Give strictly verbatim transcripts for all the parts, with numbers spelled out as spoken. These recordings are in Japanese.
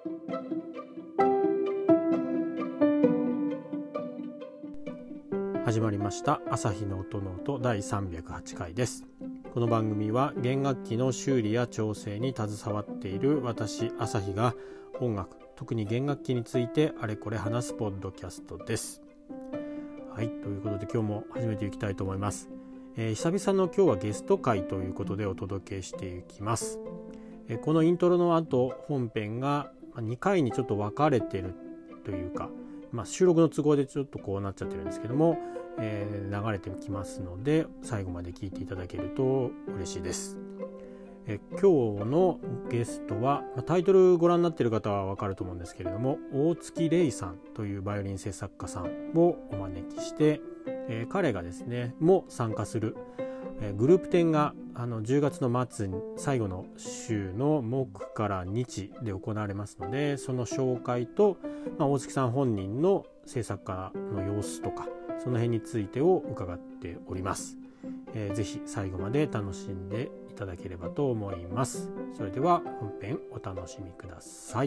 始まりました朝日の音の音だいさんびゃくはちかいです。この番組は弦楽器の修理や調整に携わっている私朝日が音楽、特に弦楽器についてあれこれ話すポッドキャストです。はい、ということで今日も始めていきたいと思います。えー、久々の今日はゲスト会ということでお届けしていきます。えー、このイントロの後本編がにかいにちょっと分かれてるというか、まあ、収録の都合でちょっとこうなっちゃってるんですけども、えー、流れてきますので最後まで聞いていただけると嬉しいです。えー、今日のゲストはタイトルご覧になっている方は分かると思うんですけれども、大月玲さんというバイオリン制作家さんをお招きして、えー、彼がですねも参加する、えー、グループ展があのじゅうがつの末に最後の週の木から日で行われますので、その紹介と、まあ、大月さん本人の制作家の様子とかその辺についてを伺っております。えー、ぜひ最後まで楽しんでいただければと思います。それでは本編お楽しみください。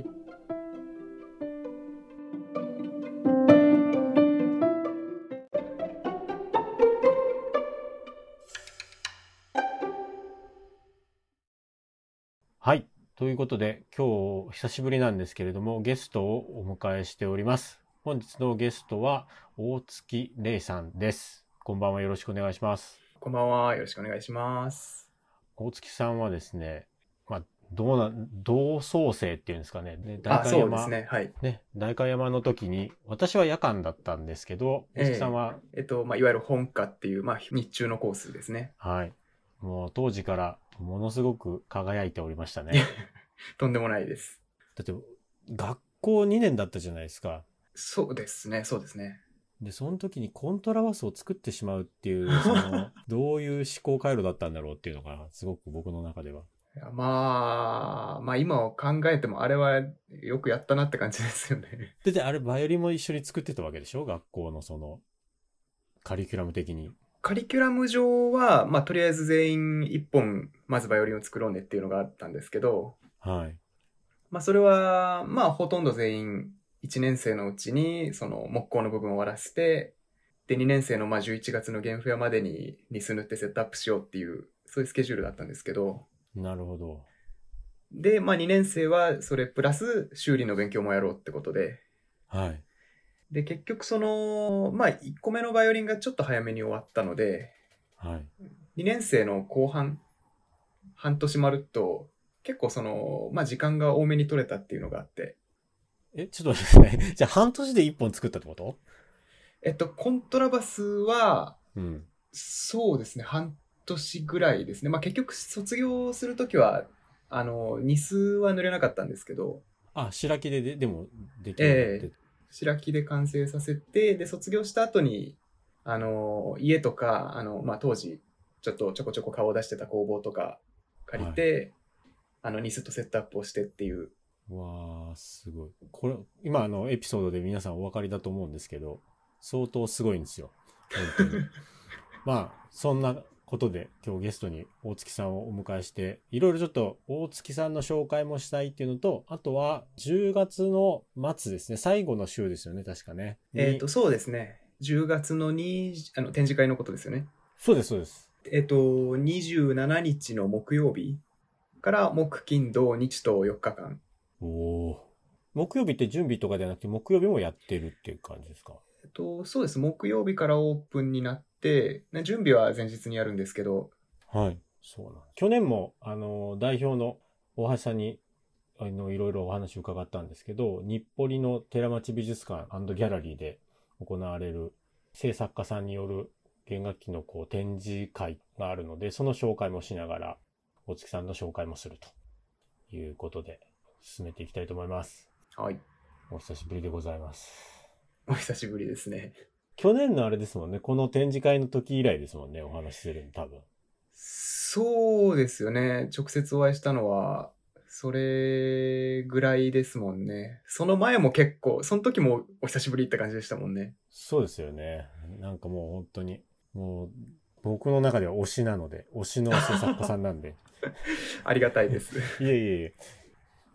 はい、ということで今日久しぶりなんですけれどもゲストをお迎えしております。本日のゲストは大月玲さんです。こんばんは、よろしくお願いします。 こんばんは、よろしくお願いします。 大月さんはですね、まあ、どうな同窓生っていうんですかね、であ、 代官そうです山ね、はい。 ね、代官山の時に私は夜間だったんですけど、大月さんは、 えー、えっと、まあ、いわゆる本科っていう、まあ、日中のコースですね。 はい、もう当時からものすごく輝いておりましたね。 とんでもないです。 だって学校にねんだったじゃないですか。 そうですね、そうですね。 で、その時にコントラバスを作ってしまうっていう、その、どういう思考回路だったんだろうっていうのが、すごく僕の中では。 いやまあ、まあ今を考えてもあれはよくやったなって感じですよね。 で、で、あれ、バイオリンも一緒に作ってたわけでしょ、学校のその、カリキュラム的に。 カリキュラム上は、まあとりあえず全員一本、まずバイオリンを作ろうねっていうのがあったんですけど、 はい。 まあそれは、まあほとんど全員いちねん生のうちに、その木工の部分を終わらせて、で、にねん生のまあじゅういちがつのゲンフェアまでにニス塗ってセットアップしようっていう、そういうスケジュールだったんですけど、 なるほど。 で、まあにねん生はそれプラス修理の勉強もやろうってことで、 はい。 で、結局その、まあいっこめのバイオリンがちょっと早めに終わったので、 はい。 にねん生の後半、半年まるっと、結構その、まあ時間が多めに取れたっていうのがあって、 え、ちょっと待ってください。じゃあ半年で一本作ったってこと？ えっと、コントラバスは、 うん。 そうですね、半年ぐらいですね。まあ結局卒業するときは、あの、ニスは塗れなかったんですけど、 あ、白木でで、でも、出来上がっええて。 白木で完成させて、で、卒業した後に、あの、家とか、あの、まあ当時、ちょっとちょこちょこ顔を出してた工房とか借りて、はい、あの、ニスとセットアップをしてっていう。 わー、すごい。これ、今あの、エピソードで皆さんお分かりだと思うんですけど、相当すごいんですよ。本当に。まあ、そんなことで今日ゲストに大月さんをお迎えして、いろいろちょっと大月さんの紹介もしたいっていうのと、あとはじゅうがつの末ですね。最後の週ですよね、確かね。 えっと、そうですね。じゅうがつのに、あの、展示会のことですよね。 そうです、そうです。 えっと、にじゅうしちにちの木曜日から木、金、土、日とよっかかん。 おお。木曜日って準備とかじゃなくて、木曜日もやってるっていう感じですか？ えっと、そうです。木曜日からオープンになって、準備は前日にやるんですけど。 はい。そうなん。去年も、あの、代表の大橋さんに、あの、いろいろお話を伺ったんですけど、日暮里の寺町美術館&ギャラリーで行われる制作家さんによる弦楽器のこう展示会があるので、その紹介もしながら、大月さんの紹介もするということで、進めていきたいと思います。 はい。 お久しぶりでございます。 お久しぶりですね。 去年のあれですもんね。この展示会の時以来ですもんね。お話しするの多分。 そうですよね。直接お会いしたのは、それぐらいですもんね。その前も結構、その時もお久しぶりって感じでしたもんね。 そうですよね。なんかもう本当に、もう僕の中では推しなので、推しの制作家さんなんで。 ありがたいです。 いえいえいえ。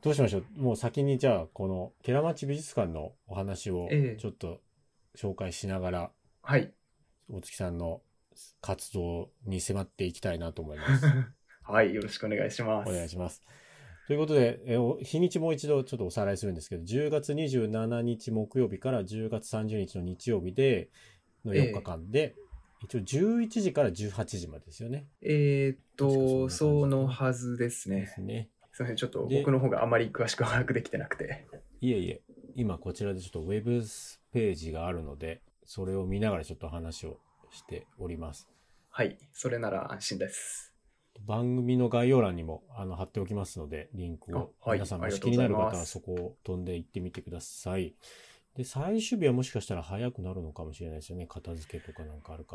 どうしましょう。もう先にじゃあ、この寺町美術館のお話をええ、 ちょっと紹介しながら、 はい。 大月さんの活動に迫っていきたいなと思います。 はい、よろしくお願いしまお願いす。 します。ということで、えお日にちもう一度ちょっとおさらいするんですけど、じゅうがつにじゅうしちにち木曜日からじゅうがつさんじゅうにちの日曜日で、のよっかかんで、一応じゅういちじからじゅうはちじまでですよね。 ええーっと、 確かそんな感そのじかな。 はずですね。 ですね。 すいません、ちょっと僕で、 の方があまり詳しく把握できてなくて。 いえいえ、今こちらでちょっとウェブページがあるので、それを見ながらちょっと話をしております。 はい、それなら安心です。 番組の概要欄にもあの貼っておきますので、リンクあ、 を。 はい、 皆さんもしありがとうござい気になる方はそます。 こを飛んで行ってみてください。で、最終日はもしかしたら早くなるのかもしれないですよね。片付けとかなんかあるから。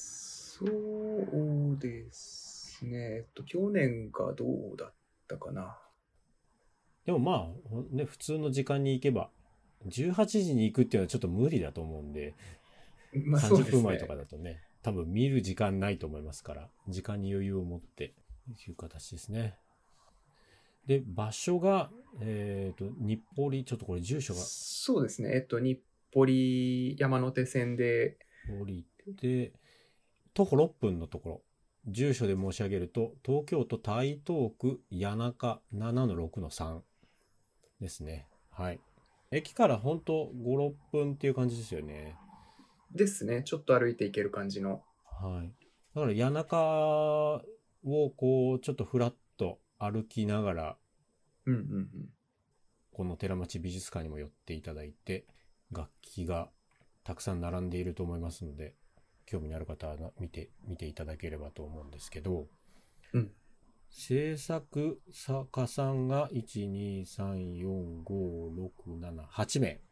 そうですね。えっと、去年がどうだったかな。 でもまあ、ね、普通の時間に行けば、じゅうはちじに行くっていうのはちょっと無理だと思うんで、 まあそ 30 うで分前とかすね。 だとね、多分見る時間ないと思いますから、時間に余裕を持ってという形ですね。で、場所が、えっ、と、日暮里、ちょっとこれ住所がそうですね。えっと、日暮里山手線で、 降りて、徒歩ろっぷんのところ、住所で申し上げると、東京都台東区谷中 ななのろくのさん ですね。はい。駅から本当ご、ろっぷんっていう感じですよね。 ですね。ちょっと歩いていける感じの。 はい。だから谷中をこう、ちょっとふらっと歩きながら、 うんうんうん。 この寺町美術館にも寄っていただいて、楽器がたくさん並んでいると思いますので、興味のある方は見て、見ていただければと思うんですけど、 うん。 制作作家さんがいち、に、さん、よん、ご、ろく、なな、はちめ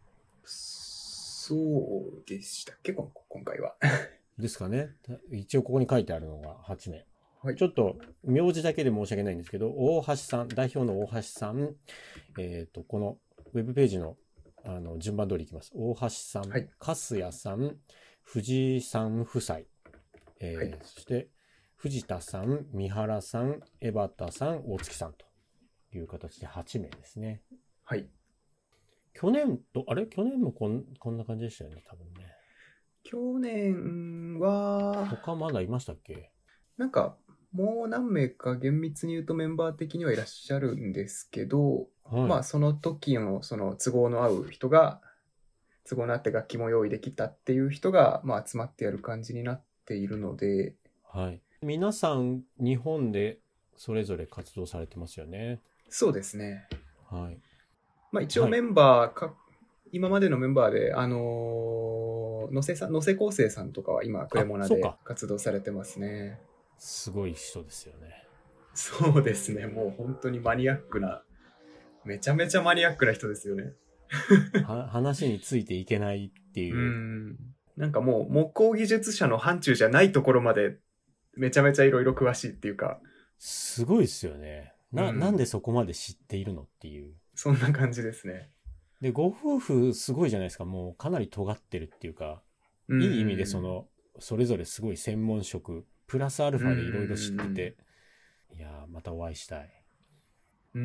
そうでしたっけ、こん今回は。 いですかね。一応ここに書いてあるのがはちめい。 はい。 ちょっと名字だけで申し訳ないんですけど、大橋さん、代表の大橋さん、えっ、と、このウェブページのあの順番通りいきます。大橋さん、 はい。 粕谷さん、藤井さん夫妻、えーはい。 そして藤田さん、三原さん、江端さん、大月さんという形ではちめいですね。 はい。 去年と、あれ去年もこんこんな感じでしたよね、多分ね。 去年は、 他まだいましたっけ？ なんか、もう何名か厳密に言うとメンバー的にはいらっしゃるんですけど、 はい。 まあその時のその都合の合う人が、都合のあって楽器も用意できたっていう人が、まあ集まってやる感じになっているので、 はい。皆さん、日本でそれぞれ活動されてますよね。 そうですね。 はい。 まあ一応はい。 メンバーか、今までのメンバーで、あのー、野瀬さん、野瀬康生さんとかは今、クレあ、 モナそうか。 で活動されてますね。 すごい人ですよね。 そうですね。もう本当にマニアックな、めちゃめちゃマニアックな人ですよね。 は、話についていけないってういう。 ん。なんかもう木工技術者の範疇じゃないところまでめちゃめちゃいろいろ詳しいっていうか、 すごいですよね。な、なんでうん。 そこまで知っているのっていう。 そんな感じですね。 で、ご夫婦すごいじゃないですか。もうかなり尖ってるっていうか、 ういい意味でそん。 の、それぞれすごい専門職、プラスアルうファでいろいろ知ってん。 て、いやー、またお会いしたい。 うん。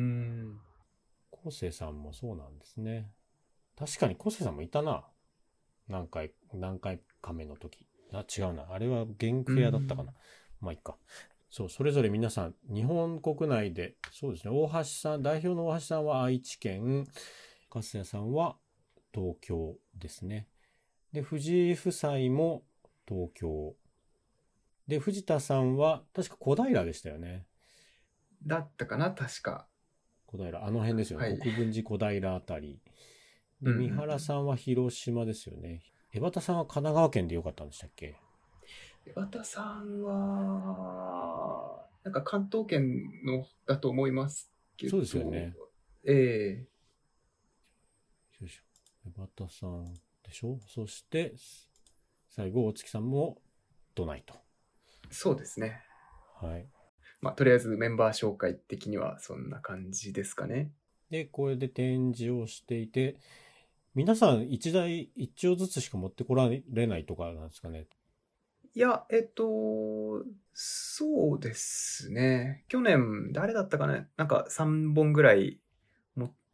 昴生さんもそうなんですね。確かに昴生さんもいたな。何回、何回か目の時。あ、違うな。あれは原うフェアだったかな。 ん。 まあいいか。そう、それぞれ皆さん、日本国内で、そうですね、大橋さん、代表の大橋さんは愛知県、粕谷さんは東京ですね。で、藤井夫妻も東京。で、藤田さんは、確か小平でしたよね。 だったかな、確か。 小平、あの辺ですよね。 はい。 国分寺小平あたり。で、 うんうんう三原さん。 んは広島ですよね。江端さんは神奈川県でよかったんでしたっけ？ 岩田さんは、なんか関東圏のだと思いますけそうですよど、 ね。 ええ、 よいしょ。江端さんでしょ。そして、最後、大月さんも都内と。 そうですね。 はい。 まあ、とりあえずメンバー紹介的にはそんな感じですかね。 で、これで展示をしていて、皆さん一台一丁ずつしか持ってこられないとかなんですかね。 いや、えっと、そうですね。去年、誰だったかね。なんかさんぼんぐらい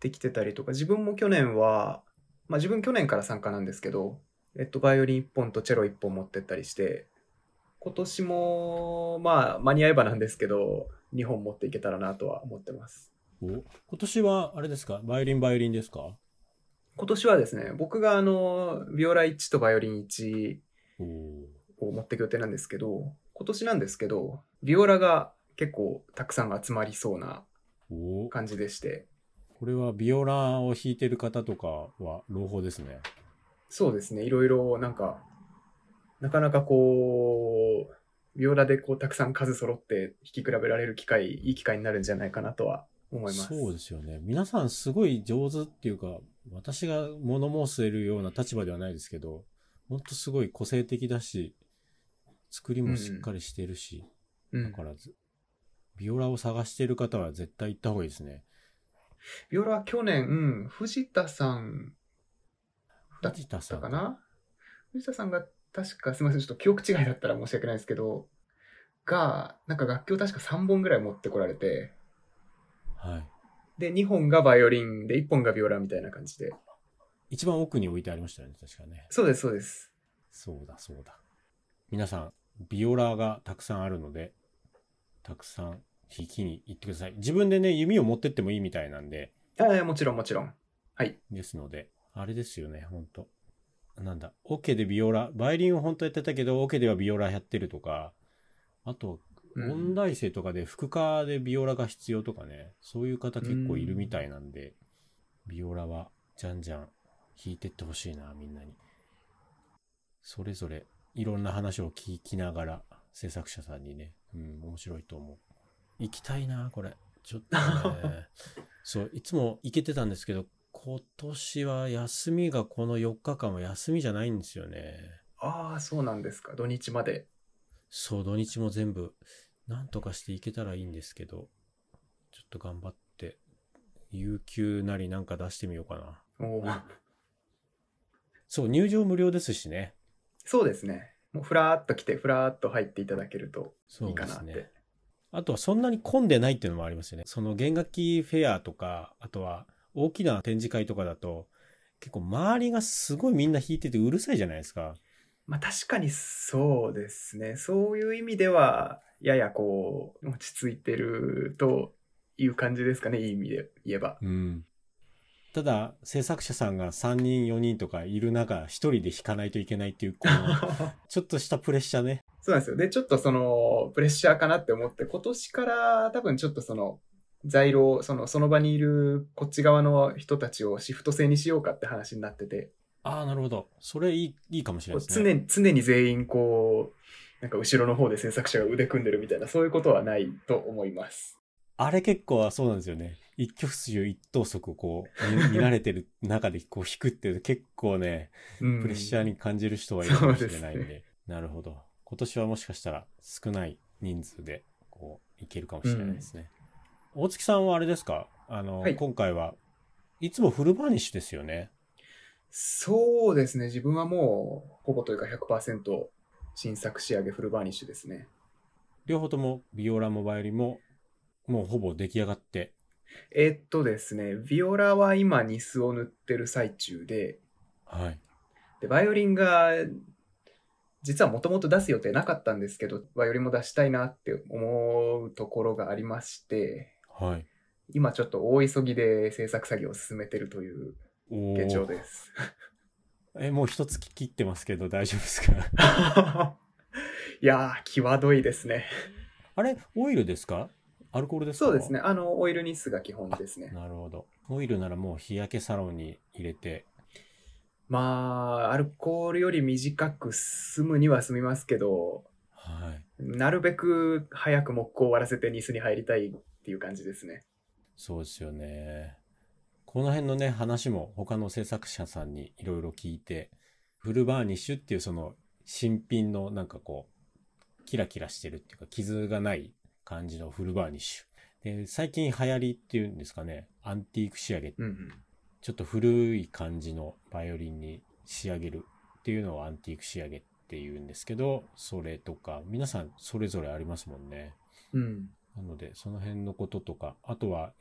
ってきてたりとか、自分も去年は、まあ自分去年から参加なんですけど、えっと、バイオリンいっぽんとチェロいっぽん持ってったりして、今年も、まあ間に合えばなんですけど、にほん持っていけたらなとは思ってます。 お、今年はあれですか、バイオリンバイオリンですか？ 今年はですね、僕があの、ビオラいちとバイオリンいちおを持っていく予定なんですけど、今年なんですけど、ビオラが結構たくさん集まりそうなお、 感じでして、 これはビオラを弾いてる方とかは朗報ですね。 そうですね、いろいろなんか、なかなかこう、ビオラでこうたくさん数揃って弾き比べられる機会、いい機会になるんじゃないかなとは思います。 そうですよね。皆さんすごい上手っていうか、私が物申せるような立場ではないですけど、ほんとすごい個性的だし、作りもしっかりしてるし、 うん。 だからず、ビオラを探している方は絶対行った方がいいですね。 ビオラは去年、うん、藤田さんだっ藤田さんか。 たかな藤田さんが確か、すみません、ちょっと記憶違いだったら申し訳ないですけど、が、なんか楽器を確かさんぼんぐらい持ってこられて、 はい。 で、にほんがバイオリンでいっぽんがビオラみたいな感じで。 一番奥に置いてありましたよね、確かね。 そうです、そうです。 そうだ、そうだ。皆さん、ビオラがたくさんあるので、たくさん弾きに行ってください。自分でね、弓を持ってってもいいみたいなんで、 ああ、もちろん、もちろん。はい。 ですので、あれですよね、ほんと。なんだ、オケでビオラ、バイオリンを本当やってたけど、オケではビオラやってるとか、あと、 うん音大生とかで副科でビオラが必要とかね、そういう方結構いるみたいなんで、ビオラはじゃんじゃん弾いてってほしいな、みんなに。それぞれいろんな話を聞きながら、制作者さんにね、うん、面白いと思う。行きたいな、これ。ちょっとね、そう、いつも行けてたんですけど、今年は休みがこのよっかかんは休みじゃないんですよね。 ああ、そうなんですか。土日まで。 そう、土日も全部、なんとかして行けたらいいんですけど、ちょっと頑張って、有給なりなんか出してみようかな。 おーそう、入場無料ですしね。 そうですね。もうふらーっと来て、ふらーっと入っていただけるといいかなって。 そうですね。あとはそんなに混んでないっていうのもありますよね。その弦楽器フェアとか、あとは大きな展示会とかだと、結構周りがすごいみんな弾いててうるさいじゃないですか。 まあ確かにそうですね。そういう意味では、ややこう、落ち着いてるという感じですかね。いい意味で言えば。 うん。ただ、制作者さんがさんにんよにんとかいる中、ひとりで弾かないといけないっていう、この、ちょっとしたプレッシャーね。 そうなんですよ。で、ちょっとその、プレッシャーかなって思って、今年から多分ちょっとその、在廊、その、その場にいるこっち側の人たちをシフト制にしようかって話になってて、 ああ、なるほど。それいい、いいかもしれこうないですね。 常に、常に全員こう、なんか後ろの方で制作者が腕組んでるみたいな、そういうことはないと思います。 あれ結構そうなんですよね。一挙手一投足をこう、見見られてる中でこう弾くっていう結構ね、 うん。 プレッシャーに感じる人はいるかもしれないんで。 そうですね。 なるほど。今年はもしかしたら少ない人数でこう、いけるかもしれないでうん。 すね。大月さんはあれですか？あの、 はい。 今回はいつもフルバーニッシュですよね。 そうですね。自分はもう、ほぼというかひゃくパーセント新作仕上げフルバーニッシュですね。 両方ともビオラもバイオリンももうほぼ出来上がって。 えっとですね、ビオラは今ニスを塗ってる最中で、 はい。 で、バイオリンが実はもともと出す予定なかったんですけど、バイオリンも出したいなって思うところがありまして、 はい。 今ちょっと大急ぎで制作作業を進めてるという現おー。 状です。 え、もう一月切ってますけど大丈夫ですか？ いやー、際どいですね。 あれ、オイルですか？アルコールですか？ そうですね。あの、オイルニスが基本あ、 ですね。 なるほど。オイルならもう日焼けサロンに入れて。 まあ、アルコールより短く済むには済みますけど、 はい。 なるべく早く木工を終わらせてニスに入りたいっていう感じですね。 そうですよね。この辺のね、話も他の制作者さんにいろいろ聞いて、フルバーニッシュっていうその新品のなんかこう、キラキラしてるっていうか傷がない感じのフルバーニッシュ。で、最近流行りっていうんですかね、アンティーク仕上げ。 うんうん。 ちょっと古い感じのバイオリンに仕上げるっていうのをアンティーク仕上げっていうんですけど、それとか、皆さんそれぞれありますもんね。 うん。 なので、その辺のこととか、あとは今、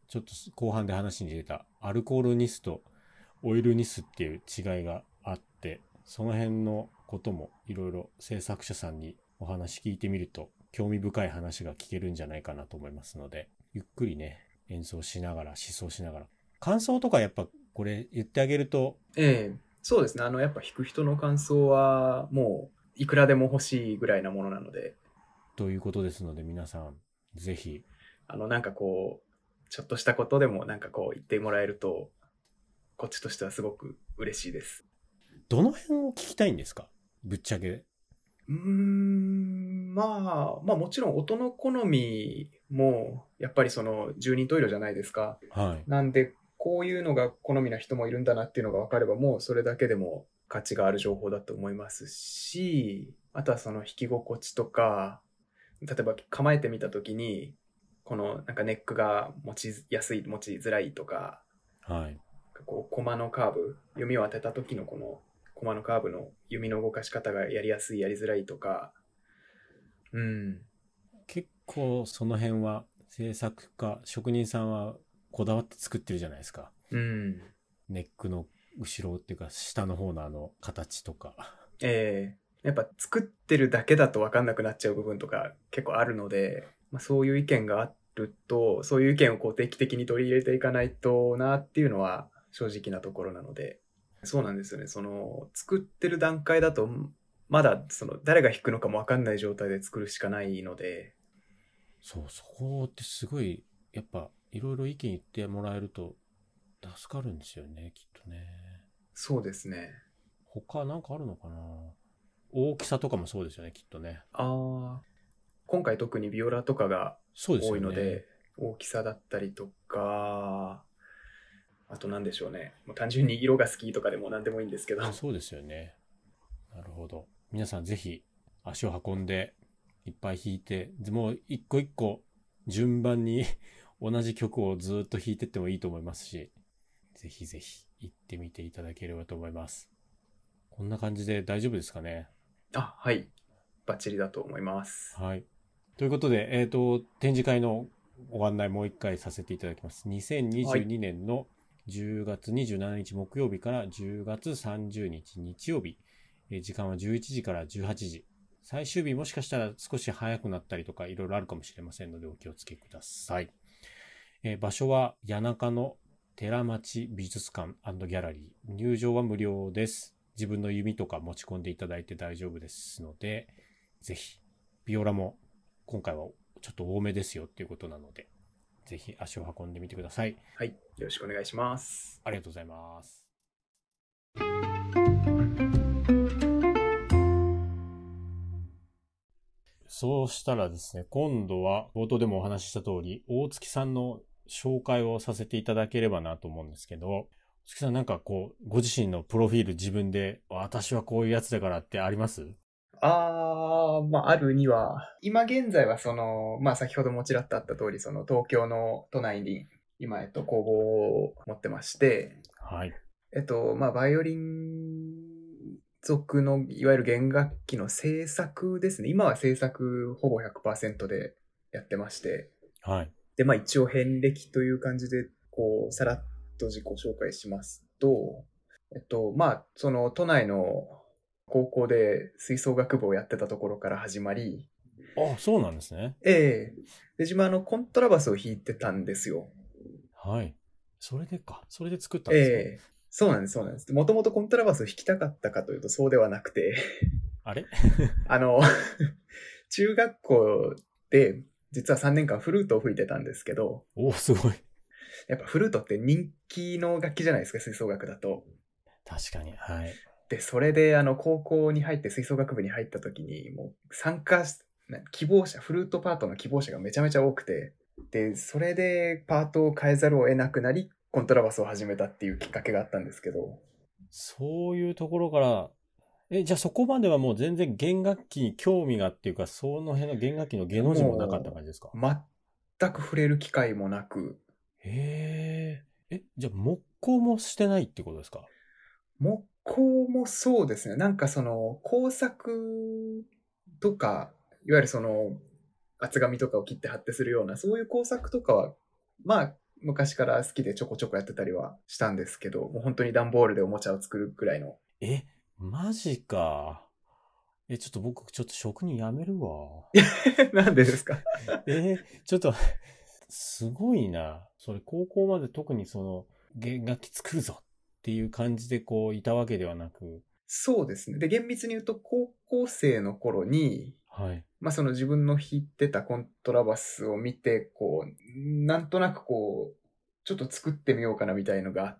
ちょっと後半で話に出たアルコールニスとオイルニスっていう違いがあって、その辺のこともいろいろ制作者さんにお話聞いてみると興味深い話が聞けるんじゃないかなと思いますので、ゆっくりね演奏しながら思想しながら感想とかやっぱこれ言ってあげると。 ええ、そうですね。あのやっぱ弾く人の感想はもういくらでも欲しいぐらいなものなので、 ということですので、皆さんぜひあのなんかこうちょっとしたことでもなんかこう言ってもらえるとこっちとしてはすごく嬉しいです。 どの辺を聞きたいんですか、ぶっちゃけ。 うーん、まあまあもちろん音の好みもやっぱりその十人十色じゃないですか。 はい。 なんでこういうのが好みな人もいるんだなっていうのが分かれば、もうそれだけでも価値がある情報だと思いますし、あとはその弾き心地とか、例えば構えてみた時にこのなんかネックが持ちやすい持ちづらいとか、 はい。 こうコマのカーブ、弓を当てた時のこのコマのカーブの弓の動かし方がやりやすいやりづらいとか、うん、 結構その辺は制作家職人さんはこだわって作ってるじゃないですか。 うん、 ネックの後ろっていうか下の方のあの形とか。 えー、やっぱ作ってるだけだと分かんなくなっちゃう部分とか結構あるので、まあ、そういう意見があると、そういう意見をこう定期的に取り入れていかないとなっていうのは正直なところなので、そうなんですよね。その作ってる段階だとまだその誰が弾くのかも分かんない状態で作るしかないので。 そう、そこってすごいやっぱいろいろ意見言ってもらえると助かるんですよね、きっとね。 そうですね。 他なんかあるのかな。大きさとかもそうですよね、きっとね。 ああ、今回特にビオラとかがそうです多よね。 いので、大きさだったりとか、あと何でしょうね。もう単純に色が好きとかでも何でもいいんですけど。 そうですよね。なるほど。皆さんぜひ足を運んでいっぱい弾いて、もう一個一個順番に同じ曲をずっと弾いてってもいいと思いますし、ぜひぜひ行ってみていただければと思います。こんな感じで大丈夫ですかね。 あ、はい。バッチリだと思います。 はい。ということで、えっと、展示会のご案内もう一回させていただきます。にせんにじゅうにねんのじゅうがつにじゅうしちにち木曜日からじゅうがつさんじゅうにち日曜日。時間はじゅういちじからじゅうはちじ。最終日もしかしたら少し早くなったりとかいろいろあるかもしれませんのでお気をつけください。えー、場所は谷中の寺町美術館&ギャラリー。入場は無料です。自分の弓とか持ち込んでいただいて大丈夫ですので、ぜひ、ビオラも今回はちょっと多めですよっていうことなので、ぜひ足を運んでみてください。 はい。よろしくお願いします。 ありがとうございます。そうしたらですね、今度は冒頭でもお話しした通り、大月さんの紹介をさせていただければなと思うんですけど、大月さんなんかこう、ご自身のプロフィール自分で、私はこういうやつだからってあります？ あー、まあ、あるには、今現在はその、まあ、先ほどもちらっとあった通り、その東京の都内に今、えっと、工房を持ってまして、 はい。 えっと、まあ、バイオリン属の、いわゆる弦楽器の制作ですね。今は制作ほぼ ひゃくパーセント でやってまして、 はい。 で、まあ、一応遍歴という感じで、こう、さらっと自己紹介しますと、えっと、まあ、その都内の高校で吹奏楽部をやってたところから始まり、 あ、そうなんですね。 ええで、自分はあの、コントラバスを弾いてたんですよ。 はい。それでか。それで作ったんですね。 ええそうなんです、そうなんです。もともとコントラバスを弾きたかったかというとそうではなくて、 あれあの、中学校で実はさんねんかんフルートを吹いてたんですけど、 お、すごい。 やっぱフルートって人気の楽器じゃないですか、吹奏楽だと。 確かに。はい。 で、それであの高校に入って吹奏楽部に入った時に、もう参加し、希望者、フルートパートの希望者がめちゃめちゃ多くて、で、それでパートを変えざるを得なくなり、コントラバスを始めたっていうきっかけがあったんですけど。 そういうところから、え、じゃあそこまではもう全然弦楽器に興味がっていうか、その辺の弦楽器の芸能人もなかった感じですか？ 全く触れる機会もなく。 へえ。え、じゃあ木工もしてないってことですか？ 木工もそうですね。なんかその工作とか、いわゆるその厚紙とかを切って貼ってするような、そういう工作とかは、まあ、 昔から好きでちょこちょこやってたりはしたんですけど、もう本当に段ボールでおもちゃを作るくらいの。 え、マジか。え、ちょっと僕、ちょっと職人辞めるわ。 なんでですか？ え、ちょっと、すごいな。それ、高校まで特にその、弦楽器作るぞっていう感じでこう、いたわけではなく。 そうですね。で、厳密に言うと、高校生の頃に、 はい。 まあその自分の弾いてたコントラバスを見て、こう、なんとなくこう、ちょっと作ってみようかなみたいのがあって、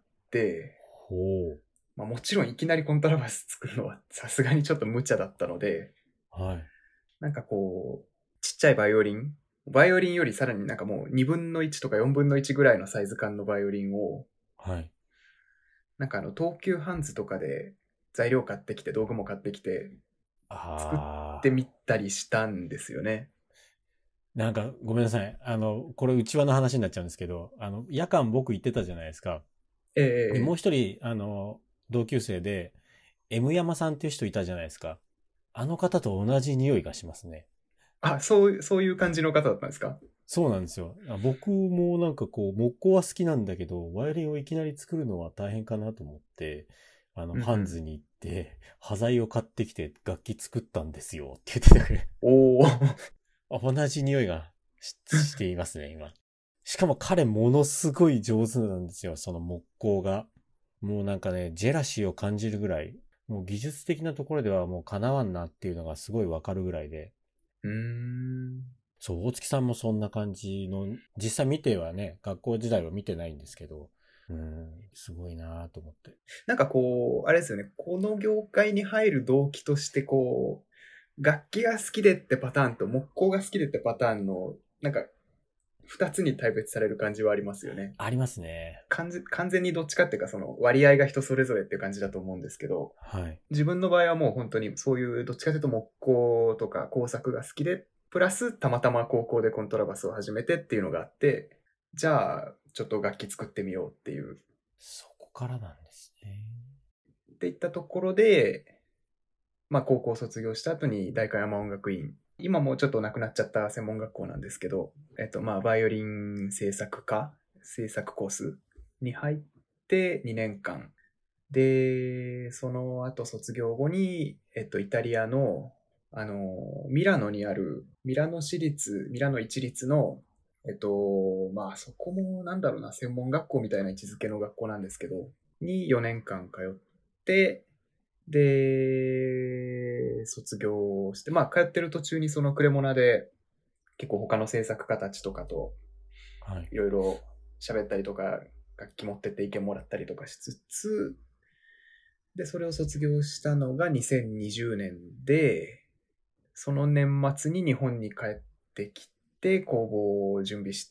ほまあもちろんいきなりコントラバス作るのはさすがにちょっと無茶だったので、 う。はい。 なんかこう、ちっちゃいバイオリン、バイオリンよりさらになんかもうにぶんのいちとかよんぶんのいちぐらいのサイズ感のバイオリンを、 はい。 なんかあの東急ハンズとかで材料買ってきて道具も買ってきて作ってみあー。 たりしたんですよね。 なんか、ごめんなさい。あの、これ内輪の話になっちゃうんですけど、あの、夜間僕行ってたじゃないですか。で、もうええ、 一人、あの、同級生で、M 山さんっていう人いたじゃないですか。あの方と同じ匂いがしますね。 あ、そう、そういう感じの方だったんですか？ そうなんですよ。あ僕もなんかこう、木工は好きなんだけど、バイオリンをいきなり作るのは大変かなと思って、あの、 うんうん。 ハンズに行って、端材を買ってきて楽器作ったんですよって言ってたくれ。 おお。 あ、同じ匂いがし、していますね、今。しかも彼ものすごい上手なんですよ、その木工が。もうなんかね、ジェラシーを感じるぐらい、もう技術的なところではもう叶わんなっていうのがすごいわかるぐらいで。 うーん。 そう、大月さんもそんな感じの、実際見てはね、学校時代は見てないんですけど、うん、すごいなと思って。 なんかこう、あれですよね。この業界に入る動機としてこう、楽器が好きでってパターンと木工が好きでってパターンの、なんか二つに大別される感じはありますよね。 ありますね。 完全完全にどっちかっていうかその割合が人それぞれっていう感じだと思うんですけど、 はい。 自分の場合はもう本当にそういうどっちかというと木工とか工作が好きで、プラスたまたま高校でコントラバスを始めてっていうのがあって、じゃあちょっと楽器作ってみようっていう、 そこからなんですね。 っていったところで、まあ高校卒業した後に代官山音楽院、今もうちょっとなくなっちゃった専門学校なんですけど、えっとまあバイオリン制作科、制作コースに入ってにねんかん。で、その後卒業後に、えっと、イタリアの、あの、ミラノにある、ミラノ市立、ミラノ一律の、えっと、まあそこもなんだろうな、専門学校みたいな位置づけの学校なんですけど、によねんかん通って、で、卒業して、まあ通ってる途中にそのクレモナで結構他の制作家たちとかとはい。 いろいろ喋ったりとか、楽器持ってって意見もらったりとかしつつ、で、それを卒業したのがにせんにじゅうねんで、その年末に日本に帰ってきて、工房を準備して、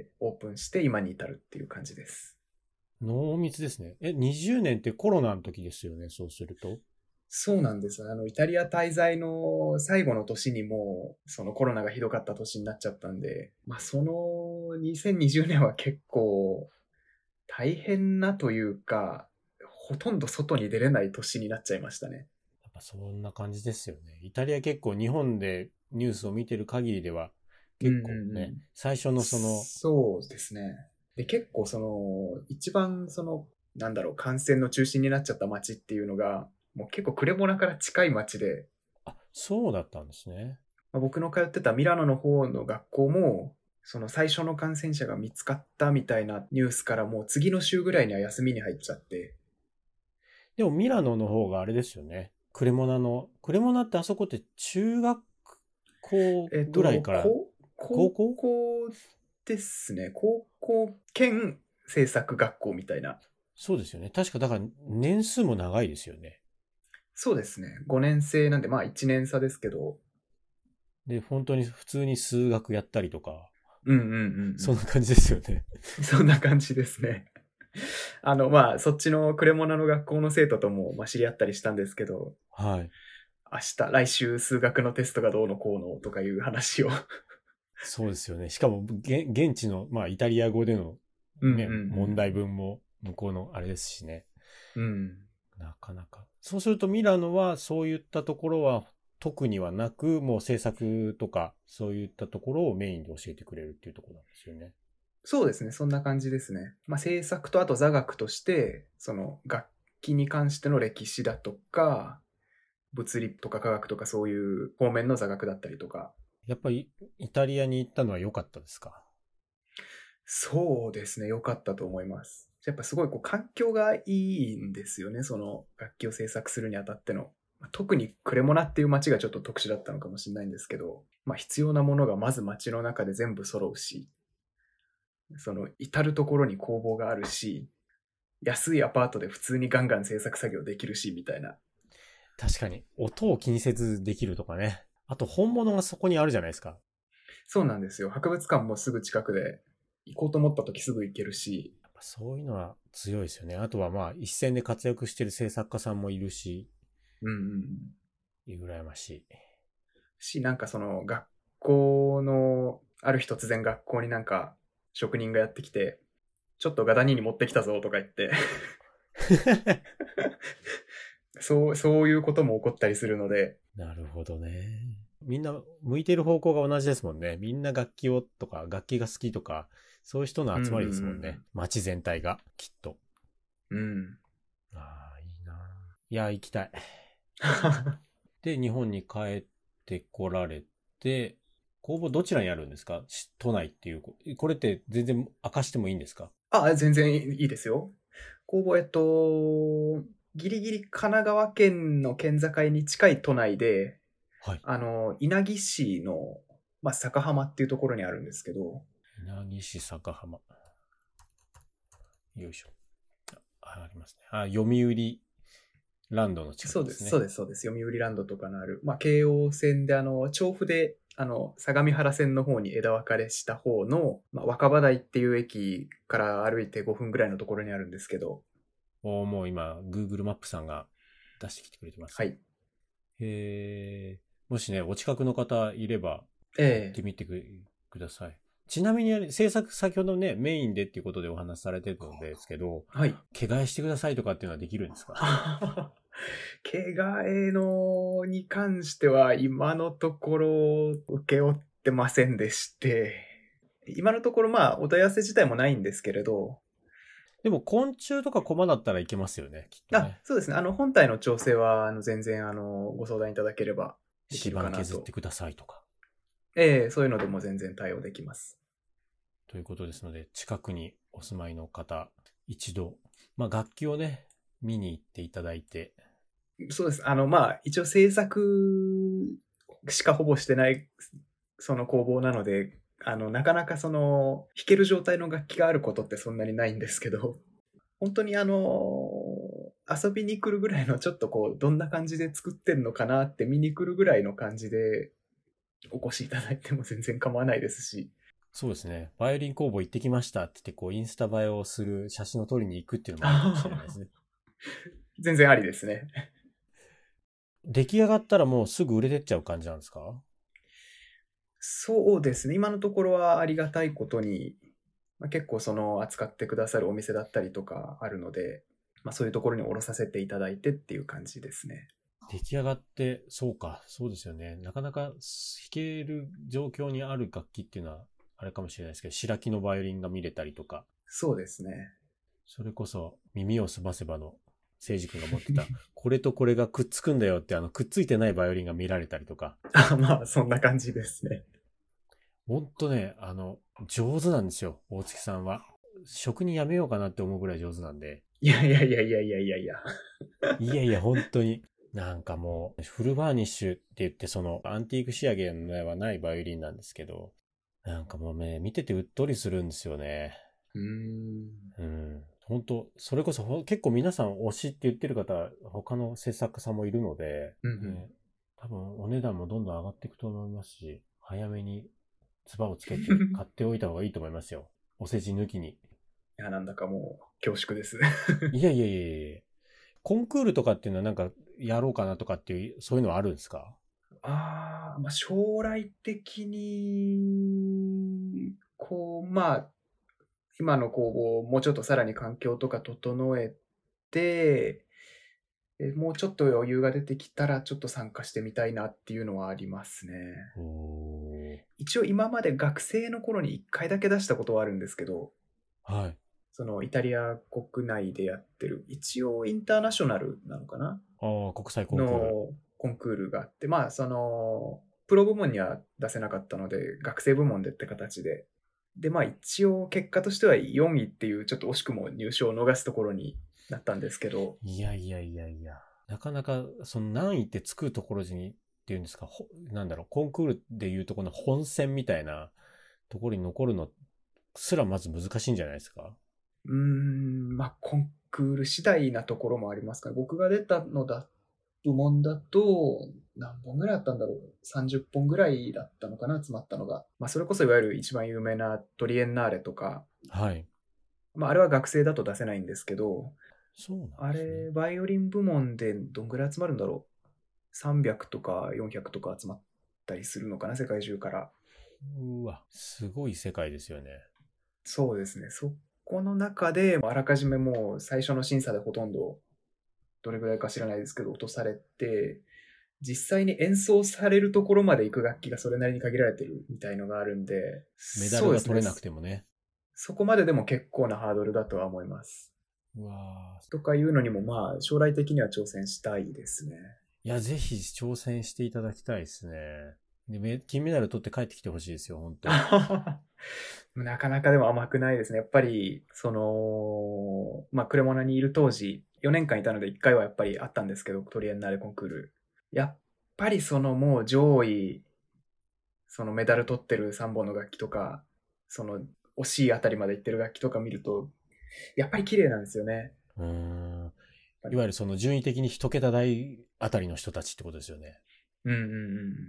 オープンして今に至るっていう感じです。 濃密ですね。え、にじゅうねんってコロナの時ですよね、そうすると。 そうなんです。あの、イタリア滞在の最後の年にもう、そのコロナがひどかった年になっちゃったんで、まあ、そのにせんにじゅうねんは結構大変なというか、ほとんど外に出れない年になっちゃいましたね。 やっぱそんな感じですよね。イタリア結構日本でニュースを見てる限りでは、 うんうん結構ね、 うん。 最初のその、 そうですね。で、結構その、一番その、なんだろう、感染の中心になっちゃった街っていうのが、もう結構クレモナから近い街で、 あ、そうだったんですね。 まあ、僕の通ってたミラノの方の学校も、その最初の感染者が見つかったみたいなニュースからもう次の週ぐらいには休みに入っちゃって。 でもミラノの方があれですよね。クレモナの、クレモナってあそこって中学校えっと、 ぐらいから高、高高校。 校ですね。高校兼制作学校みたいな。 そうですよね。確かだから年数も長いですよね。 そうですね。ごねん生なんで、まあいちねん差ですけど。 で、本当に普通に数学やったりとか、 うんうんうんそんな感じですよね。 うん。そんな感じですね。あの、まあ、そっちのクレモナの学校の生徒とも、まあ、知り合ったりしたんですけど、 はい。 明日、来週数学のテストがどうのこうのとかいう話を。 そうですよね。しかも、げ現地の、まあ、イタリア語でのうんね、問題うん文も向こうのあれですしね。 うん。うん。 なかなか。そうするとミラノはそういったところは特にはなく、もう制作とかそういったところをメインで教えてくれるっていうところなんですよね。 そうですね、そんな感じですね。まあ、制作とあと座学として、その楽器に関しての歴史だとか、物理とか科学とかそういう方面の座学だったりとか。 やっぱりイタリアに行ったのは良かったですか？ そうですね、良かったと思います。やっぱすごいこう環境がいいんですよね、その楽器を制作するにあたっての。特にクレモナっていう街がちょっと特殊だったのかもしれないんですけど、まあ必要なものがまず街の中で全部揃うし、その至るところに工房があるし、安いアパートで普通にガンガン制作作業できるし、みたいな。 確かに。音を気にせずできるとかね。あと本物がそこにあるじゃないですか。 そうなんですよ。博物館もすぐ近くで、行こうと思った時すぐ行けるし。 やっぱそういうのは強いですよね。あとはまあ一線で活躍してる制作家さんもいるし、 うんうんうん。 羨ましい。 し、なんかその学校の、ある日突然学校になんか職人がやってきて、ちょっとガダニに持ってきたぞとか言ってそう、そういうことも起こったりするので。 なるほどね。みんな向いてる方向が同じですもんね。みんな楽器をとか楽器が好きとか、そういう人の集まりですもんね。街全体がきっと。 うん。 ああ、いいな。いや、行きたい。で、日本に帰ってこられて、工房どちらにあるんですか？都内っていう。これって全然明かしてもいいんですか？ あ、全然いいですよ。工房、えっと、ギリギリ神奈川県の県境に近い都内で、 はい。 あの、稲城市の、まあ、坂浜っていうところにあるんですけど。 稲城市坂浜。よいしょ。あ、ありますね。あ、読売ランドの近そうです、 くですね。 そうです、そうです。読売ランドとかのある、まあ、京王線で、あの、調布で、あの、相模原線の方に枝分かれした方の、まあ、若葉台っていう駅から歩いてごふんぐらいのところにあるんですけど。 おもう今、Google マップさんが出してきてくれてます。 はい。 へー。もしね、お近くの方いれば、 ええ行ってみてくください。ちなみに、制作、先ほどね、メインでっていうことでお話しされてるのですけど、 はい。 着替えしてくださいとかっていうのはできるんですか？ 毛替えのに関しては今のところ受け負ってませんでして、今のところまあお問い合わせ自体もないんですけれど。 でも昆虫とか駒だったらいけますよね、きっとあ、 ね。 そうですね。あの本体の調整はあの全然あのご相談いただければでき指板るかなと。 削ってくださいとか。 ええ、そういうのでも全然対応できます。 ということですので、近くにお住まいの方、一度、まあ楽器をね、見に行っていただいて。 そうです。あのまあ一応制作しかほぼしてないその工房なので、あのなかなかその弾ける状態の楽器があることってそんなにないんですけど、本当にあの遊びに来るぐらいのちょっとこうどんな感じで作ってんのかなって見に来るぐらいの感じでお越しいただいても全然構わないですし。 そうですね。バイオリン工房行ってきましたって言って、こう、インスタ映えをする写真を撮りに行くっていうのもありかもしれないですね。 全然ありですね。 出来上がったらもうすぐ売れてっちゃう感じなんですか？ そうですね。今のところはありがたいことに、まあ、結構その扱ってくださるお店だったりとかあるので、まあ、そういうところにおろさせていただいてっていう感じですね。 出来上がって、そうか、そうですよね。なかなか弾ける状況にある楽器っていうのは、あれかもしれないですけど、白木のバイオリンが見れたりとか、 そうですね。 それこそ耳をすませばの聖司君が持ってた、これとこれがくっつくんだよって、あの、くっついてないバイオリンが見られたりとか、 あ、まあ、そんな感じですね。 ほんとね、あの、上手なんですよ、大月さんは。職人辞めようかなって思うぐらい上手なんで。 いやいやいやいやいやいやいや。 いやいや、本当に。なんかもう、フルバーニッシュって言って、その、アンティーク仕上げのはないバイオリンなんですけど、なんかもうね、見ててうっとりするんですよね。 うーん。 うん。本当それこそほ結構皆さん推しって言ってる方、他の制作家さんもいるので、 うんうん。 ね、多分お値段もどんどん上がっていくと思いますし、早めに唾をつけて買っておいた方がいいと思いますよ。お世辞抜きに。 いや、なんだかもう恐縮です。 いやいやいやいやコンクールとかっていうのはなんかやろうかなとかっていう、そういうのはあるんですか？ ああ、まあ、将来的に、こう、まあ、今の工房をもうちょっとさらに環境とか整えて、えもうちょっと余裕が出てきたら、ちょっと参加してみたいなっていうのはありますね。 お一応今まで学生の頃にいっかいだけ出したことはあるんですけど、 はい。 そのイタリア国内でやってる、一応インターナショナルなのかなああ、国際コンクール。 のコンクールがあって、まあその、プロ部門には出せなかったので、学生部門でって形で、でまあ一応結果としてはよんいっていうちょっと惜しくも入賞を逃すところになったんですけど。 いやいやいやいや。なかなかその何位ってつくところにっていうんですか、なんだろう、コンクールでいうとこの本戦みたいなところに残るのすらまず難しいんじゃないですか？ うーん、まあコンクール次第なところもありますから、僕が出たのだ、部門だと何本ぐらいあったんだろう。さんじゅっぽんぐらいだったのかな、詰まったのが。まあそれこそいわゆる一番有名なトリエンナーレとか、 はい。 まああれは学生だと出せないんですけど、 そうなんですね。 あれ、バイオリン部門でどんぐらい集まるんだろう。さんびゃくとかよんひゃくとか集まったりするのかな、世界中から。 うわ、すごい世界ですよね。 そうですね。そこの中で、あらかじめもう最初の審査でほとんど、どれぐらいか知らないですけど、落とされて、実際に演奏されるところまで行く楽器がそれなりに限られてるみたいのがあるんで、 メダルが取れなくてもね。 そこまででも結構なハードルだとは思います。 うわとかいうのにも、まあ、将来的には挑戦したいですね。 いや、ぜひ挑戦していただきたいですね。で、金メダル取って帰ってきてほしいですよ、本当なかなかでも甘くないですね。やっぱり、その、まあ、クレモナにいる当時、よねんかんいたのでいっかいはやっぱりあったんですけど、トリエンナーレコンクール。やっぱりそのもう上位、そのメダル取ってるさんぼんの楽器とか、その惜しいあたりまで行ってる楽器とか見ると、やっぱり綺麗なんですよね。 うーん。いわゆるその順位的に一桁台あたりの人たちってことですよね。 うんうんうん。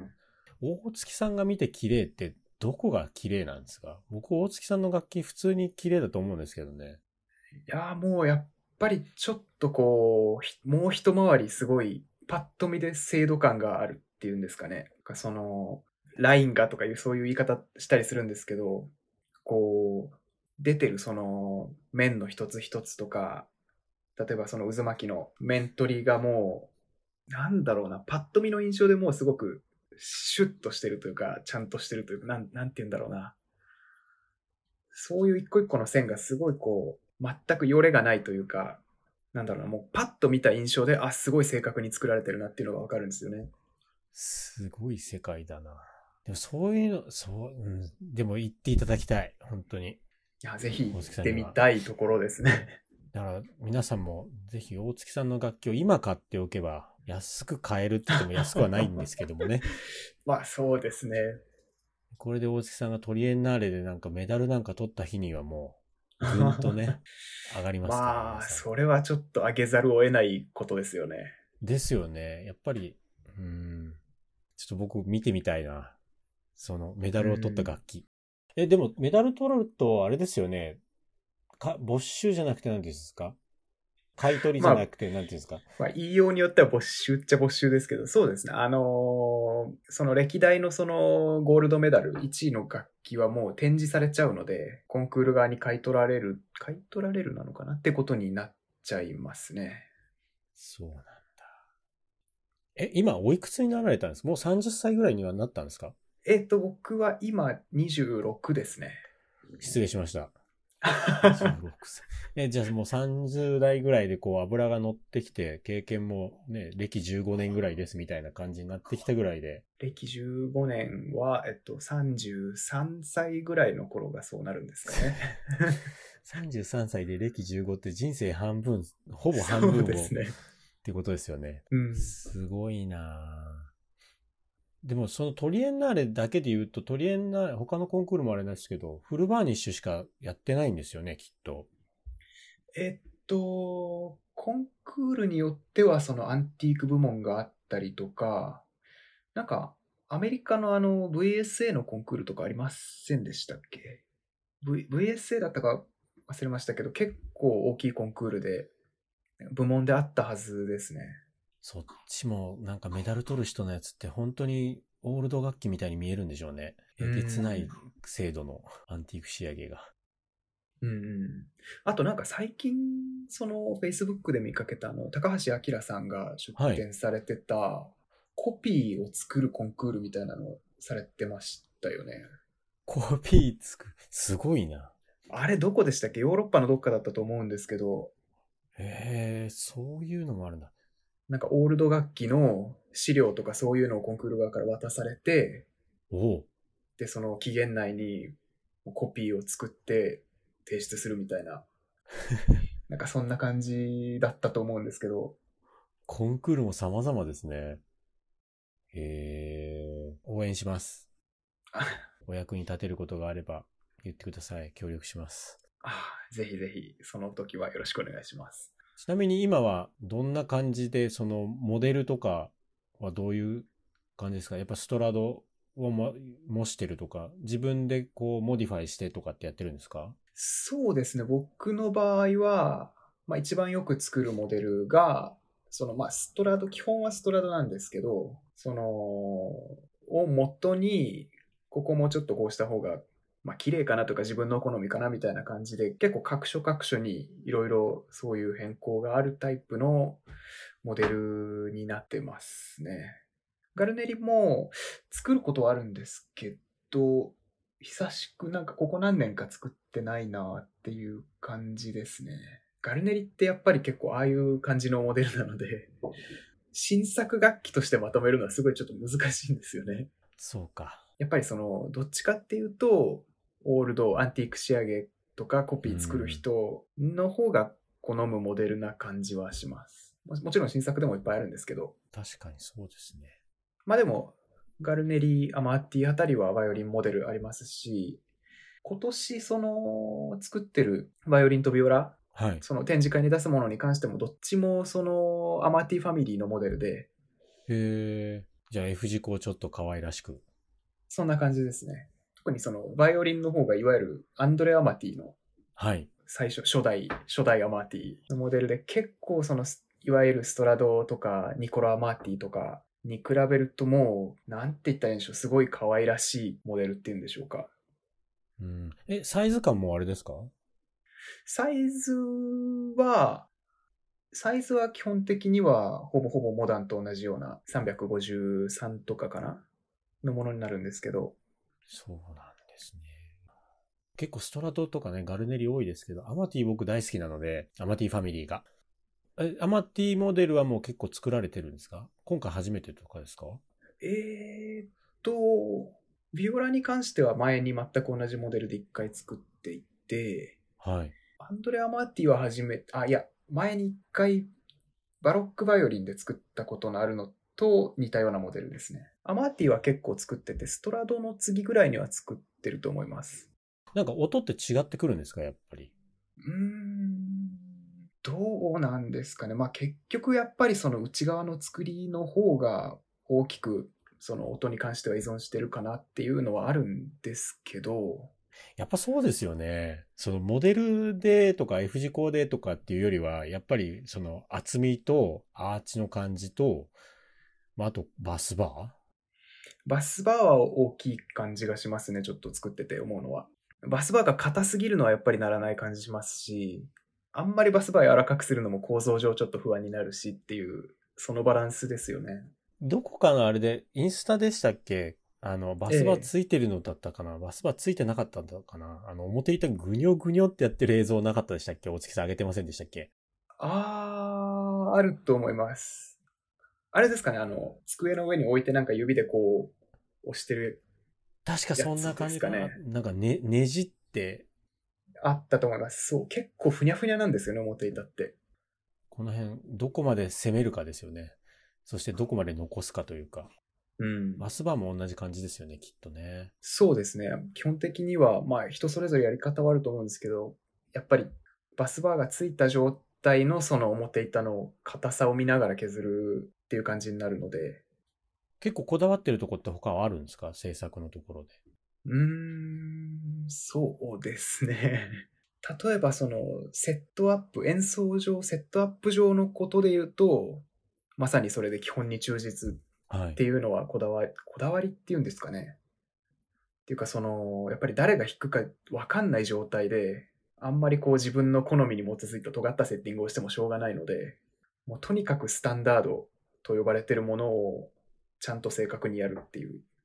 大月さんが見て綺麗ってどこが綺麗なんですか？僕、大月さんの楽器普通に綺麗だと思うんですけどね。 いやーもうやっぱりちょっとこう、もう一回りすごいパッと見で精度感があるっていうんですかね。その、ラインがとかいうそういう言い方したりするんですけど、こう、出てるその面の一つ一つとか、例えばその渦巻きの面取りがもう、なんだろうな、パッと見の印象でもうすごくシュッとしてるというか、ちゃんとしてるというか、なん、なんて言うんだろうな。そういう一個一個の線がすごいこう、全くよれがないというか、なんだろうな、もうパッと見た印象で、あ、すごい正確に作られてるなっていうのがわかるんですよね。 すごい世界だな。でもそういうの、そう、うん、でも言っていただきたい。本当に。 いや、ぜひ大行ってみ月さんには。 たいところですね。 だから皆さんもぜひ大月さんの楽器を今買っておけば安く買えるって言っても安くはないんですけどもね。 まあそうですね。 これで大月さんがトリエンナーレでなんかメダルなんか取った日にはもうぐんとね、上がりますから、 まあ、 皆さん。 それはちょっと上げざるを得ないことですよね。 ですよね。やっぱり、うん、ちょっと僕見てみたいな。そのメダルを取った楽器。え、でもメダル取るとあれですよね。か、没収じゃなくて何て言うんですか？買い取りじまあ、 ゃなくて何て言うんですか？ まあ、言いようによっては没収っちゃ没収ですけど、そうですね。あのーその歴代のそのゴールドメダルいちいの楽器はもう展示されちゃうので、コンクール側に買い取られる、買い取られるなのかなってことになっちゃいますね。 そうなんだ。え、今おいくつになられたんですか？もうさんじゅっさいぐらいにはなったんですか？ えっと、僕は今にじゅうろくですね。 失礼しました。じゅうろくさい。え、じゃあもうさんじゅう代ぐらいでこう油が乗ってきて、経験もね、歴じゅうごねんぐらいですみたいな感じになってきたぐらいで。 歴じゅうごねんは、えっと、さんじゅうさんさいぐらいの頃がそうなるんですかね。 さんじゅうさんさいで歴じゅうごって人生半分、ほぼ半分を、 そうですね。 ってことですよね。 うん。 すごいなぁ。でもそのトリエンナーレだけで言うと、トリエンナーレ、他のコンクールもあれなんですけど、フルバーニッシュしかやってないんですよね、きっと。 えっと、コンクールによってはそのアンティーク部門があったりとか、なんかアメリカのあの ブイエスエー のコンクールとかありませんでしたっけ？ v、ブイエスエー だったか忘れましたけど、結構大きいコンクールで、部門であったはずですね。 そっちもなんかメダル取る人のやつって本当にオールド楽器みたいに見えるんでしょうね。えげつない精度のアンティーク仕上げが。 うんうん。あとなんか最近、その Facebook で見かけたあの、高橋明さんが出はい。 展されてたコピーを作るコンクールみたいなのをされてましたよね。 コピー作る。すごいな。 あれどこでしたっけ？ヨーロッパのどっかだったと思うんですけど、 へえ、そういうのもあるんだ。 なんかオールド楽器の資料とかそういうのをコンクール側から渡されて、 おう。 で、その期限内にコピーを作って提出するみたいな、なんかそんな感じだったと思うんですけど、 コンクールも様々ですね。へえ、応援します。お役に立てることがあれば言ってください。協力します。 あぜひぜひその時はよろしくお願いします。 ちなみに今はどんな感じで、そのモデルとかはどういう感じですか？やっぱストラドをも模してるとか、自分でこうモディファイしてとかってやってるんですか？ そうですね、僕の場合は、まあ、一番よく作るモデルが、そのまあストラド、基本はストラドなんですけど、その、を元に、ここもうちょっとこうした方が、まあ綺麗かなとか自分の好みかなみたいな感じで、結構各所各所にいろいろそういう変更があるタイプのモデルになってますね。ガルネリも作ることはあるんですけど、久しくなんかここ何年か作ってないなっていう感じですね。ガルネリってやっぱり結構ああいう感じのモデルなので、新作楽器としてまとめるのはすごいちょっと難しいんですよね。 そうか。 やっぱりその、どっちかっていうと、オールド、アンティーク仕上げとかコピー作る人の方が好むモデルな感じはします。ももちろん新作でもいっぱいあるんですけど、 確かにそうですね。 まあでも、ガルネリ、アマーティあたりはバイオリンモデルありますし、今年その作ってるバイオリンとビオラ、 はい。 その展示会に出すものに関してもどっちもそのアマーティファミリーのモデルで、 へえ。じゃあ F 字工ちょっと可愛らしく。 そんな感じですね。特にそのバイオリンの方がいわゆるアンドレ・アマティのはい。 最初、初代、初代アマーティのモデルで結構そのいわゆるストラドとかニコラ・アマーティとかに比べるともう、なんて言ったらいいんでしょう、すごい可愛らしいモデルっていうんでしょうか。 うん。え、サイズ感もあれですか？ サイズは、サイズは基本的にはほぼほぼモダンと同じようなさんびゃくごじゅうさんとかかなのものになるんですけど、 そうなんですね。結構ストラトとかね、ガルネリ多いですけど、アマティ僕大好きなので、アマティファミリーが。え、アマティモデルはもう結構作られてるんですか？今回初めてとかですか？ えーっと、ビオラに関しては前に全く同じモデルで一回作っていて、 はい。 アンドレ・アマーティは初め、あ、いや、前に一回バロックバイオリンで作ったことのあるのと似たようなモデルですね。アマーティは結構作ってて、ストラドの次ぐらいには作ってると思います。 なんか音って違ってくるんですか、やっぱり。 うーん、どうなんですかね。まあ結局やっぱりその内側の作りの方が大きくその音に関しては依存してるかなっていうのはあるんですけど、 やっぱそうですよね。そのモデルでとか F 字工でとかっていうよりは、やっぱりその厚みとアーチの感じと、まあ、あとバスババスバーは大きい感じがしますね。ちょっと作ってて思うのは。バスバーが硬すぎるのはやっぱりならない感じしますし、あんまりバスバー柔らかくするのも構造上ちょっと不安になるしっていう、そのバランスですよね。 ー。どこかのあれで、インスタでしたっけ？あの、バスバーええ。 ついてるのだったかな、バスバーついてなかったんだかな、あの、表板ぐにょぐにょってやってる映像なかったでしたっけ？大月さん上げてませんでしたっけ？ あー、あると思います。あれですかね、あの、机の上に置いてなんか指でこう、押してる確かそんなやつで感じかな。 すかね。 なんかね、ねじって、 あったと思います。そう、結構ふにゃふにゃなんですよね、表板って。 この辺、どこまで攻めるかですよね。そしてどこまで残すかというか。 うん。 バスバーも同じ感じですよね、きっとね。 そうですね。基本的には、まあ人それぞれやり方はあると思うんですけど、やっぱりバスバーがついた状態のその表板の硬さを見ながら削るっていう感じになるので、 結構こだわってるとこって他はあるんですか？制作のところで。 うーん、そうですね。例えばそのセットアップ、演奏上、セットアップ上のことで言うと、まさにそれで基本に忠実っはい。 ていうのはこだわり、こだわりっていうんですかね。っていうかその、やっぱり誰が弾くかわかんない状態で、あんまりこう自分の好みに基づいた尖ったセッティングをしてもしょうがないので、もうとにかくスタンダードと呼ばれてるものをちゃんと正確にやるっていう。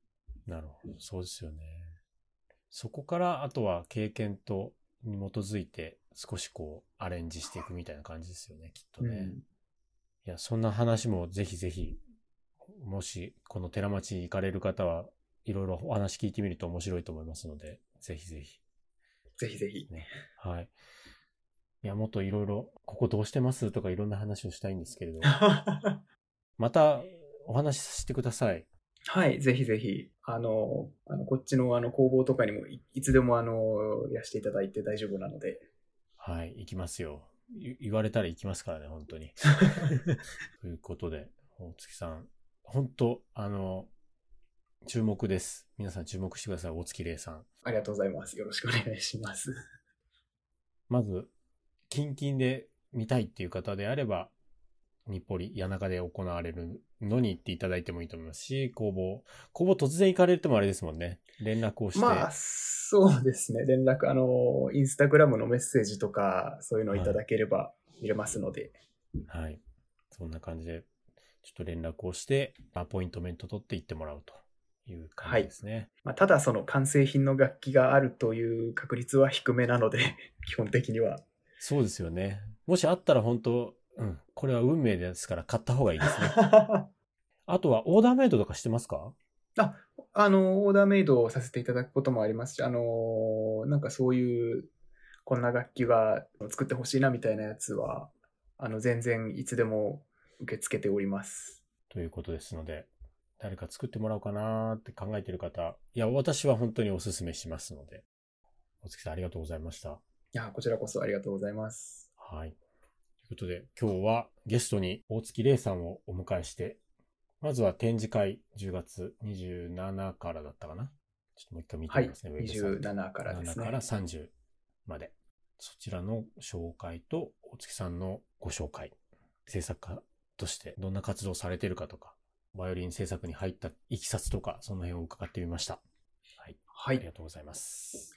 なるほど、そうですよね。そこからあとは経験とに基づいて少しこうアレンジしていくみたいな感じですよね、きっとね。うん、いや、そんな話もぜひぜひ、もしこの寺町に行かれる方はいろいろお話聞いてみると面白いと思いますので、ぜひぜひ。 ぜひぜひ。 ね、はい。いや、もっといろいろ、ここどうしてますとかいろんな話をしたいんですけれど、またお話しさせてください。 はい、ぜひぜひ。あの、あのこっちのあの工房とかにも い, いつでもあの、いらしていただいて大丈夫なので。 はい、行きますよ。言われたら行きますからね、本当に。ということで、大月さん、本当、あの、注目です。皆さん注目してください、大月玲さん。 ありがとうございます。よろしくお願いします。 まず、近々で見たいっていう方であれば、日暮里、谷中で行われるのに行っていただいてもいいと思いますし、工房、工房突然行かれてもあれですもんね。連絡をして。 まあ、そうですね。連絡、あの、インスタグラムのメッセージとか、そういうのをいただければ見れますので。 はい。はい、そんな感じで、ちょっと連絡をして、アポイントメント取って行ってもらうという感じですね。はい、 まあ、ただ、その完成品の楽器があるという確率は低めなので、基本的には。 そうですよね。もしあったら本当、うん、これは運命ですから買った方がいいですね。あとはオーダーメイドとかしてますか？ あ、あの、オーダーメイドをさせていただくこともありますし、あの、なんかそういう、こんな楽器が作ってほしいなみたいなやつは、あの、全然いつでも受け付けております。 ということですので、誰か作ってもらおうかなって考えている方、いや、私は本当にお勧めしますので、大月さんありがとうございました。 いや、こちらこそありがとうございます。 はい。ということで、今日はゲストに大月玲さんをお迎えして、まずは展示会じゅうがつにじゅうしちからだったかな。ちょっともう一回見てみますね。 はい、にじゅうしちからですね。 にじゅうしちからさんじゅうまで。そちらの紹介と、大月さんのご紹介。制作家としてどんな活動されているかとか、バイオリン制作に入ったいきさつとか、その辺を伺ってみました。はい。はい。ありがとうございます。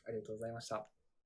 ありがとうございました。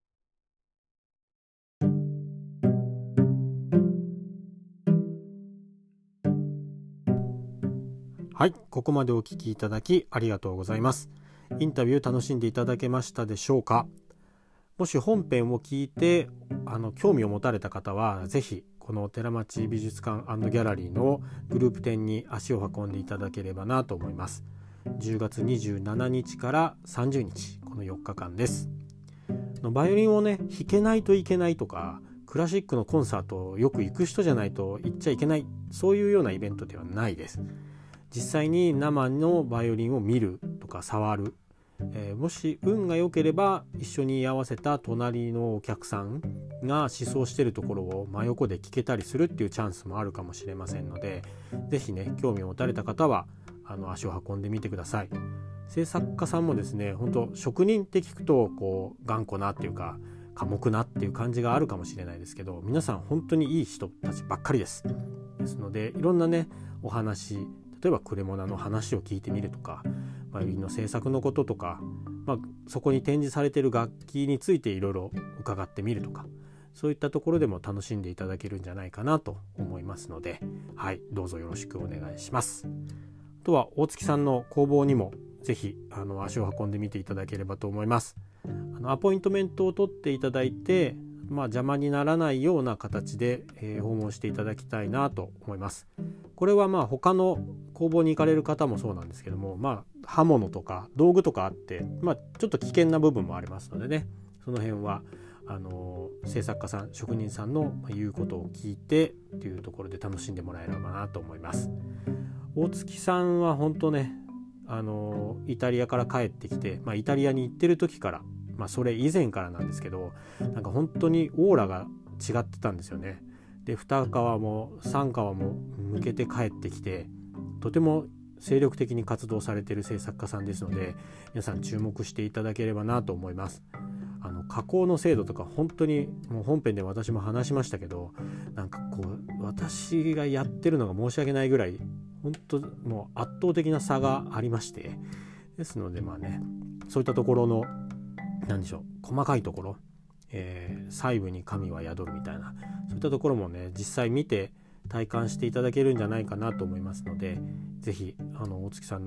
はい、ここまでお聞きいただきありがとうございます。インタビュー楽しんでいただけましたでしょうか？もし本編を聞いてあの興味を持たれた方は、ぜひこの寺町美術館&ギャラリーのグループ展に足を運んでいただければなと思います。じゅうがつにじゅうしちにちからさんじゅうにち、このよっかかんです。バイオリンをね、弾けないといけないとか、クラシックのコンサートよく行く人じゃないと行っちゃいけない、そういうようなイベントではないです。実際に生のバイオリンを見るとか触る、えー、もし運が良ければ一緒に居合わせた隣のお客さんが思想しているところを真横で聞けたりするっていうチャンスもあるかもしれませんので、ぜひね、興味を持たれた方はあの足を運んでみてください。制作家さんもですね、本当職人って聞くとこう頑固なっていうか寡黙なっていう感じがあるかもしれないですけど、皆さん本当にいい人たちばっかりです。ですので、いろんなねお話、例えばクレモナの話を聞いてみるとか、バイオリンの制作のこととか、まあ、そこに展示されている楽器についていろいろ伺ってみるとか、そういったところでも楽しんでいただけるんじゃないかなと思いますので、はい、どうぞよろしくお願いします。あとは大月さんの工房にもぜひあの足を運んでみていただければと思います。あのアポイントメントを取っていただいて、まあ、邪魔にならないような形で、えー、訪問していただきたいなと思います。これはまあ他の工房に行かれる方もそうなんですけども、まあ、刃物とか道具とかあって、まあ、ちょっと危険な部分もありますのでね、その辺はあの制作家さん、職人さんの言うことを聞いてっていうところで楽しんでもらえればなと思います。大月さんは本当ね、あのイタリアから帰ってきて、まあ、イタリアに行ってる時から、まあ、それ以前からなんですけど、なんか本当にオーラが違ってたんですよね。で、に革もさん革も抜けて帰ってきて、とても精力的に活動されている制作家さんですので、皆さん注目していただければなと思います。あの加工の精度とか本当にもう本編で私も話しましたけど、なんかこう私がやってるのが申し訳ないぐらい本当もう圧倒的な差がありまして、ですのでまあね、そういったところの何でしょう、細かいところ、えー、細部に神は宿るみたいな、そういったところもね実際見て体感していただけるんじゃないかなと思いますので、ぜひあの大月さんの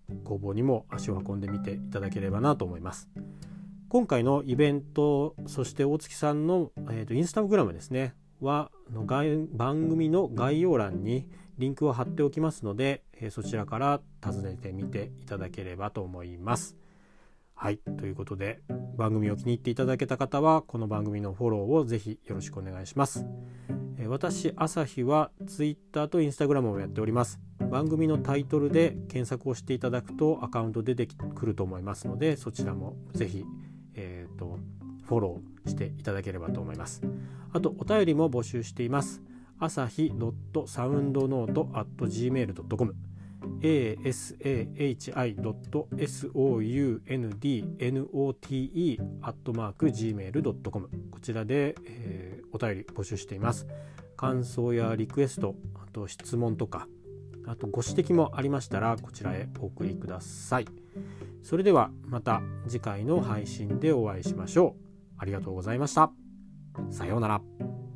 工房にも足を運んでみていただければなと思います。今回のイベント、そして大月さんの、えーと、インスタグラムですねはの番組の概要欄にリンクを貼っておきますので、えー、そちらから訪ねてみていただければと思います。はい、ということで番組を気に入っていただけた方はこの番組のフォローをぜひよろしくお願いします。えー、私朝日は Twitter と Instagram をやっております。番組のタイトルで検索をしていただくとアカウント出てくると思いますので、そちらもぜひ、えーと、フォローしていただければと思います。あとお便りも募集しています。朝日 サウンドノート アットジーメール ドットコム エーエスエーエイチアイ ドット ソウンドノート アットマーク ジーメール ドットコム こちらで、えー、お便り募集しています。感想やリクエスト、あと質問とか、あとご指摘もありましたらこちらへお送りください。それではまた次回の配信でお会いしましょう。ありがとうございました。さようなら。